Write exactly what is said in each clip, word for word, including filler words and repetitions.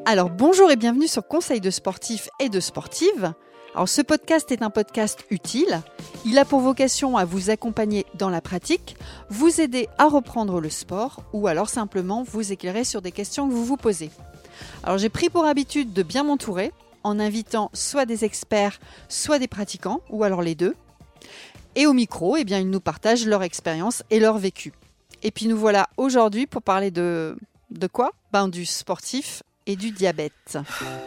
Alors bonjour et bienvenue sur Conseil de sportifs et de sportives. Alors ce podcast est un podcast utile. Il a pour vocation à vous accompagner dans la pratique, vous aider à reprendre le sport ou alors simplement vous éclairer sur des questions que vous vous posez. Alors j'ai pris pour habitude de bien m'entourer en invitant soit des experts, soit des pratiquants ou alors les deux. Et au micro, eh bien, ils nous partagent leur expérience et leur vécu. Et puis nous voilà aujourd'hui pour parler de, de quoi ? Ben, du sportif et du diabète.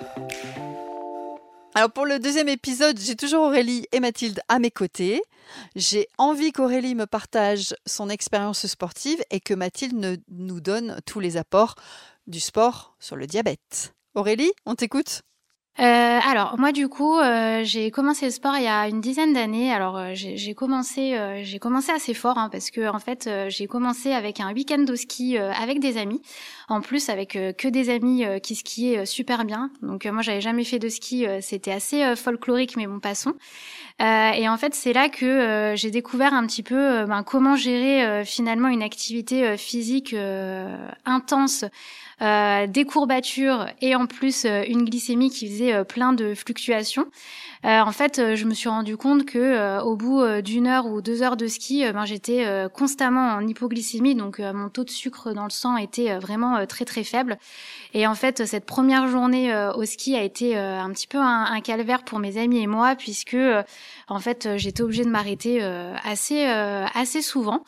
Alors pour le deuxième épisode, j'ai toujours Aurélie et Mathilde à mes côtés. J'ai envie qu'Aurélie me partage son expérience sportive et que Mathilde ne, nous donne tous les apports du sport sur le diabète. Aurélie, on t'écoute ? Euh, alors moi du coup euh, j'ai commencé le sport il y a une dizaine d'années. Alors euh, j'ai, j'ai commencé euh, j'ai commencé assez fort hein, parce que en fait euh, j'ai commencé avec un week-end de ski euh, avec des amis. En plus avec euh, que des amis euh, qui skiaient euh, super bien. Donc euh, moi j'avais jamais fait de ski, euh, c'était assez euh, folklorique mais bon passons. Euh, et en fait c'est là que euh, j'ai découvert un petit peu euh, ben, comment gérer euh, finalement une activité euh, physique euh, intense. Euh, des courbatures et en plus euh, une glycémie qui faisait euh, plein de fluctuations. Euh, en fait, euh, je me suis rendu compte que euh, au bout euh, d'une heure ou deux heures de ski, euh, ben j'étais euh, constamment en hypoglycémie, donc euh, mon taux de sucre dans le sang était euh, vraiment euh, très très faible. Et en fait, cette première journée euh, au ski a été euh, un petit peu un, un calvaire pour mes amis et moi, puisque euh, en fait j'étais obligée de m'arrêter euh, assez euh, assez souvent.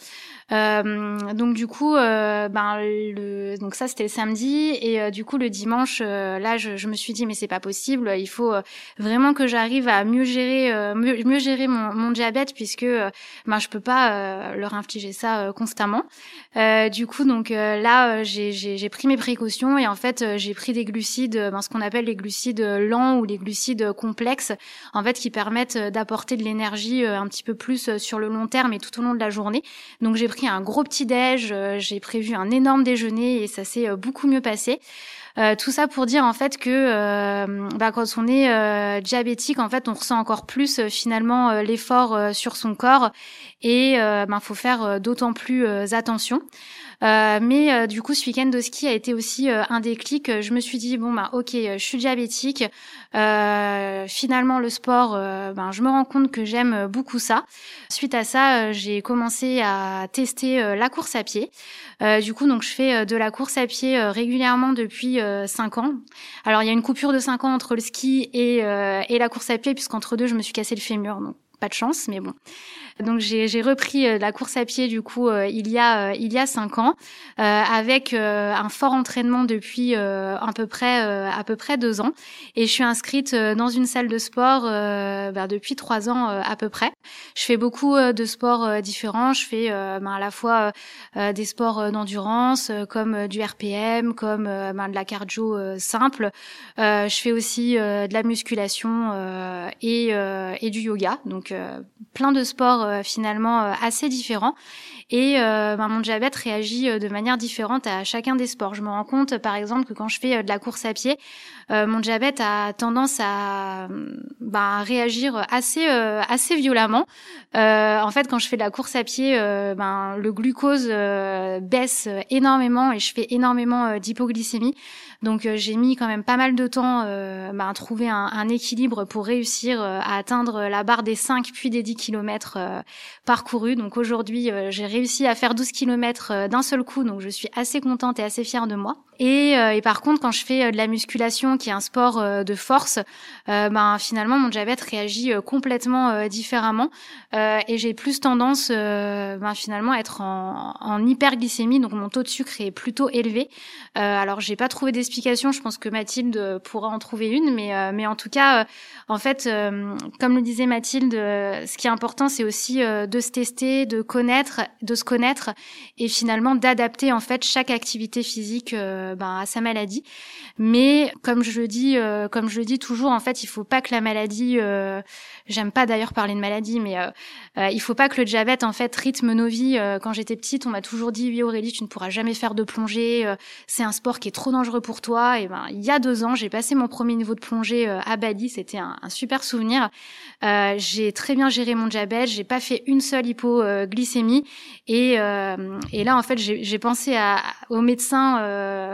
Euh, donc du coup, euh, ben le, donc ça c'était le samedi et euh, du coup le dimanche, euh, là je, je me suis dit mais c'est pas possible, il faut euh, vraiment que j'arrive à mieux gérer, euh, mieux, mieux gérer mon, mon diabète puisque euh, ben je peux pas euh, leur infliger ça euh, constamment. Euh, du coup donc euh, là euh, j'ai, j'ai, j'ai pris mes précautions et en fait euh, j'ai pris des glucides, ben, ce qu'on appelle les glucides lents ou les glucides complexes, en fait qui permettent d'apporter de l'énergie euh, un petit peu plus sur le long terme et tout au long de la journée. Donc j'ai pris un gros petit-déj, euh, j'ai prévu un énorme déjeuner et ça s'est euh, beaucoup mieux passé. Euh, tout ça pour dire en fait que euh, bah, quand on est euh, diabétique, en fait, on ressent encore plus euh, finalement euh, l'effort euh, sur son corps et euh, bah, faut faire euh, d'autant plus euh, attention. Euh, mais euh, du coup, ce week-end de ski a été aussi euh, un déclic. Je me suis dit bon bah ok, je suis diabétique. Euh, finalement, le sport, euh, ben je me rends compte que j'aime beaucoup ça. Suite à ça, euh, j'ai commencé à tester euh, la course à pied. Euh, du coup, donc je fais euh, de la course à pied euh, régulièrement depuis euh, cinq ans. Alors il y a une coupure de cinq ans entre le ski et euh, et la course à pied puisqu'entre deux, je me suis cassé le fémur. Donc pas de chance, mais bon. Donc j'ai, j'ai repris euh, la course à pied du coup euh, il y a euh, il y a cinq ans euh, avec euh, un fort entraînement depuis euh, à peu près euh, à peu près deux ans et je suis inscrite euh, dans une salle de sport euh, ben, depuis trois ans euh, à peu près. Je fais beaucoup euh, de sports euh, différents. Je fais euh, ben, à la fois euh, des sports euh, d'endurance euh, comme euh, du R P M, comme euh, ben, de la cardio euh, simple. Euh, je fais aussi euh, de la musculation euh, et euh, et du yoga. Donc euh, plein de sports euh, finalement euh, assez différents et euh, ben, mon diabète réagit euh, de manière différente à chacun des sports. Je me rends compte par exemple que quand je fais euh, de la course à pied, euh, mon diabète a tendance à ben, réagir assez euh, assez violemment. Euh, en fait, quand je fais de la course à pied, euh, ben le glucose euh, baisse énormément et je fais énormément euh, d'hypoglycémie. Donc euh, j'ai mis quand même pas mal de temps euh, ben, à trouver un, un équilibre pour réussir euh, à atteindre la barre des cinq puis des dix kilomètres euh, parcourus. Donc aujourd'hui, euh, j'ai réussi à faire douze kilomètres euh, d'un seul coup, donc je suis assez contente et assez fière de moi. Et, euh, et par contre, quand je fais euh, de la musculation, qui est un sport euh, de force, euh, ben finalement mon diabète réagit euh, complètement euh, différemment euh, et j'ai plus tendance euh, ben finalement à être en, en hyperglycémie, donc mon taux de sucre est plutôt élevé. Euh, alors j'ai pas trouvé d'explication, je pense que Mathilde pourra en trouver une, mais euh, mais en tout cas, euh, en fait, euh, comme le disait Mathilde, euh, ce qui est important, c'est aussi euh, de se tester, de connaître, de se connaître et finalement d'adapter en fait chaque activité physique euh, ben, à sa maladie. Mais comme je le dis, euh, comme je le dis toujours, en fait, il faut pas que la maladie, euh, j'aime pas d'ailleurs parler de maladie, mais euh, euh, il faut pas que le diabète en fait rythme nos vies. Euh, quand j'étais petite, on m'a toujours dit oui Aurélie, tu ne pourras jamais faire de plongée, euh, c'est un sport qui est trop dangereux pour toi. Et ben il y a deux ans, j'ai passé mon premier niveau de plongée euh, à Bali, c'était un, un super souvenir. Euh, j'ai très bien géré mon diabète, j'ai pas fait une seule hypoglycémie et euh, et là en fait j'ai, j'ai pensé à, au médecin euh,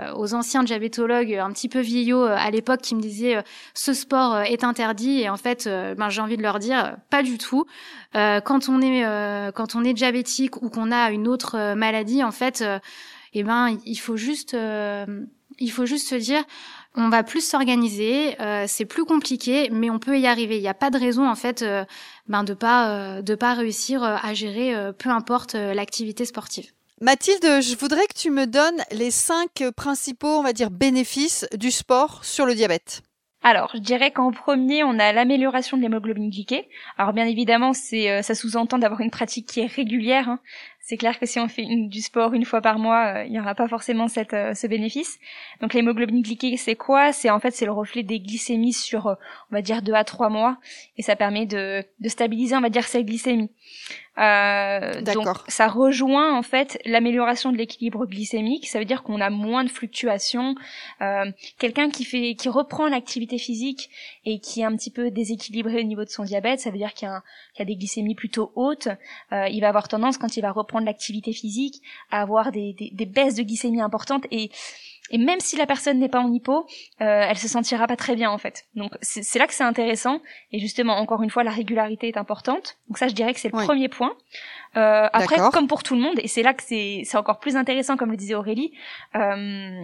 euh, aux anciens diabétologues un petit peu vieillots euh, à l'époque qui me disaient euh, ce sport euh, est interdit, et en fait euh, ben j'ai envie de leur dire euh, pas du tout. Euh, quand on est euh, quand on est diabétique ou qu'on a une autre euh, maladie, en fait euh, eh ben il faut juste euh, il faut juste se dire on va plus s'organiser, euh, c'est plus compliqué, mais on peut y arriver. Il n'y a pas de raison en fait euh, ben de pas euh, de pas réussir euh, à gérer euh, peu importe euh, l'activité sportive. Mathilde, je voudrais que tu me donnes les cinq principaux, on va dire, bénéfices du sport sur le diabète. Alors, je dirais qu'en premier, on a l'amélioration de l'hémoglobine glyquée. Alors, bien évidemment, c'est euh, ça sous-entend d'avoir une pratique qui est régulière. Hein. C'est clair que si on fait une, du sport une fois par mois, euh, il n'y aura pas forcément cette, euh, ce bénéfice. Donc, l'hémoglobine glyquée, c'est quoi ? C'est en fait, c'est le reflet des glycémies sur, euh, on va dire, deux à trois mois, et ça permet de, de stabiliser, on va dire, cette glycémie. Euh, donc ça rejoint en fait l'amélioration de l'équilibre glycémique. Ça veut dire qu'on a moins de fluctuations. Euh, quelqu'un qui fait, qui reprend l'activité physique et qui est un petit peu déséquilibré au niveau de son diabète, ça veut dire qu'il y a, un, qu'il y a des glycémies plutôt hautes. Euh, il va avoir tendance, quand il va reprendre l'activité physique, à avoir des, des, des baisses de glycémie importantes, et Et même si la personne n'est pas en hypo, euh, elle se sentira pas très bien en fait. Donc c'est, c'est là que c'est intéressant. Et justement, encore une fois, la régularité est importante. Donc ça, je dirais que c'est le oui. premier point. Euh, après, D'accord. comme pour tout le monde, et c'est là que c'est, c'est encore plus intéressant, comme le disait Aurélie, euh,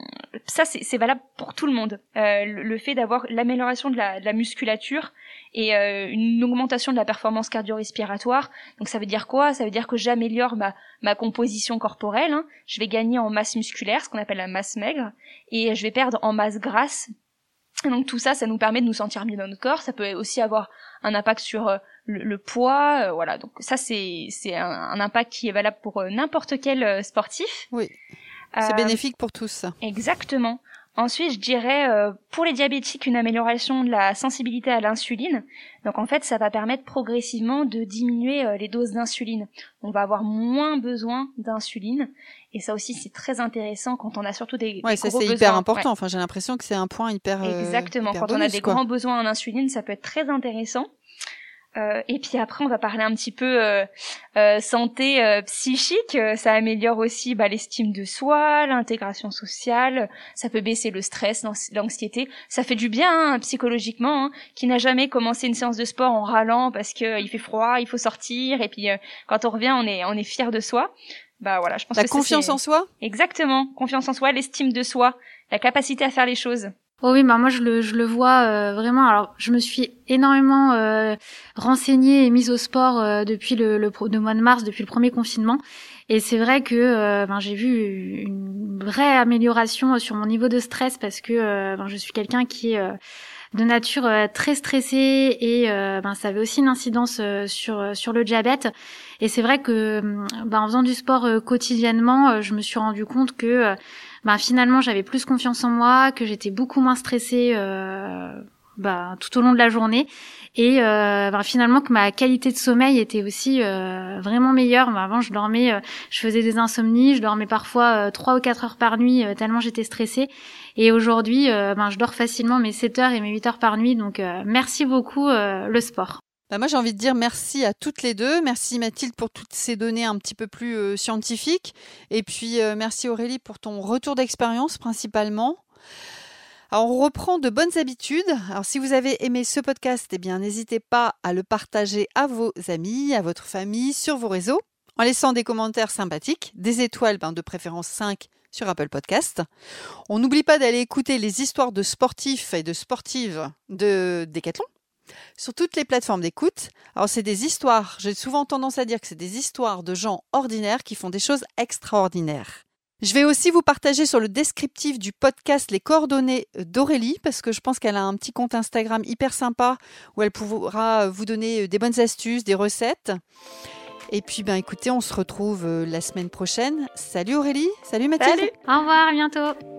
ça c'est, c'est valable pour tout le monde. Euh, le, le fait d'avoir l'amélioration de la, de la musculature et euh, une augmentation de la performance cardio-respiratoire. Donc ça veut dire quoi ? Ça veut dire que j'améliore ma, ma composition corporelle. Hein. Je vais gagner en masse musculaire, ce qu'on appelle la masse maigre, et je vais perdre en masse grasse. Et donc tout ça, ça nous permet de nous sentir mieux dans notre corps. Ça peut aussi avoir un impact sur euh, le, le poids, euh, voilà. Donc ça, c'est c'est un, un impact qui est valable pour euh, n'importe quel euh, sportif. Oui, c'est euh, bénéfique pour tous. Exactement. Ensuite, je dirais euh, pour les diabétiques une amélioration de la sensibilité à l'insuline. Donc en fait, ça va permettre progressivement de diminuer euh, les doses d'insuline. On va avoir moins besoin d'insuline, et ça aussi c'est très intéressant quand on a surtout des, ouais, des ça gros c'est besoins. hyper important. Ouais. Enfin, j'ai l'impression que c'est un point hyper euh, exactement. Hyper quand bonus, on a des quoi. grands besoins en insuline, ça peut être très intéressant. Euh, et puis après, on va parler un petit peu euh, euh, santé euh, psychique. Ça améliore aussi bah, l'estime de soi, l'intégration sociale. Ça peut baisser le stress, l'anxiété. Ça fait du bien hein, psychologiquement. Hein. Qui n'a jamais commencé une séance de sport en râlant parce que euh, il fait froid, il faut sortir, et puis euh, quand on revient, on est on est fier de soi. Bah voilà, je pense la que confiance ça, en soi. Exactement, confiance en soi, l'estime de soi, la capacité à faire les choses. Oh oui, bah moi je le je le vois euh, vraiment. Alors je me suis énormément euh, renseignée et mise au sport euh, depuis le, le, le mois de mars, depuis le premier confinement. Et c'est vrai que euh, ben, j'ai vu une vraie amélioration sur mon niveau de stress, parce que euh, ben, je suis quelqu'un qui est euh, de nature euh, très stressée, et euh, ben, ça avait aussi une incidence euh, sur sur le diabète. Et c'est vrai que ben, en faisant du sport euh, quotidiennement, euh, je me suis rendu compte que euh, ben, finalement j'avais plus confiance en moi, que j'étais beaucoup moins stressée euh, ben, tout au long de la journée, et euh, ben, finalement que ma qualité de sommeil était aussi euh, vraiment meilleure. Ben, avant je dormais, euh, je faisais des insomnies, je dormais parfois trois euh, ou quatre heures par nuit euh, tellement j'étais stressée, et aujourd'hui euh, ben, je dors facilement mes sept heures et mes huit heures par nuit. Donc euh, merci beaucoup euh, le sport. Bah moi, j'ai envie de dire merci à toutes les deux. Merci Mathilde pour toutes ces données un petit peu plus euh, scientifiques. Et puis, euh, merci Aurélie pour ton retour d'expérience principalement. Alors, on reprend de bonnes habitudes. Alors, si vous avez aimé ce podcast, eh bien, n'hésitez pas à le partager à vos amis, à votre famille, sur vos réseaux, en laissant des commentaires sympathiques, des étoiles, ben, de préférence cinq sur Apple Podcast. On n'oublie pas d'aller écouter les histoires de sportifs et de sportives de Décathlon sur toutes les plateformes d'écoute. Alors, c'est des histoires, j'ai souvent tendance à dire que c'est des histoires de gens ordinaires qui font des choses extraordinaires. Je vais aussi vous partager sur le descriptif du podcast les coordonnées d'Aurélie, parce que je pense qu'elle a un petit compte Instagram hyper sympa où elle pourra vous donner des bonnes astuces, des recettes. Et puis, ben, écoutez, on se retrouve la semaine prochaine. Salut Aurélie, salut Mathilde. Salut. Au revoir, à bientôt.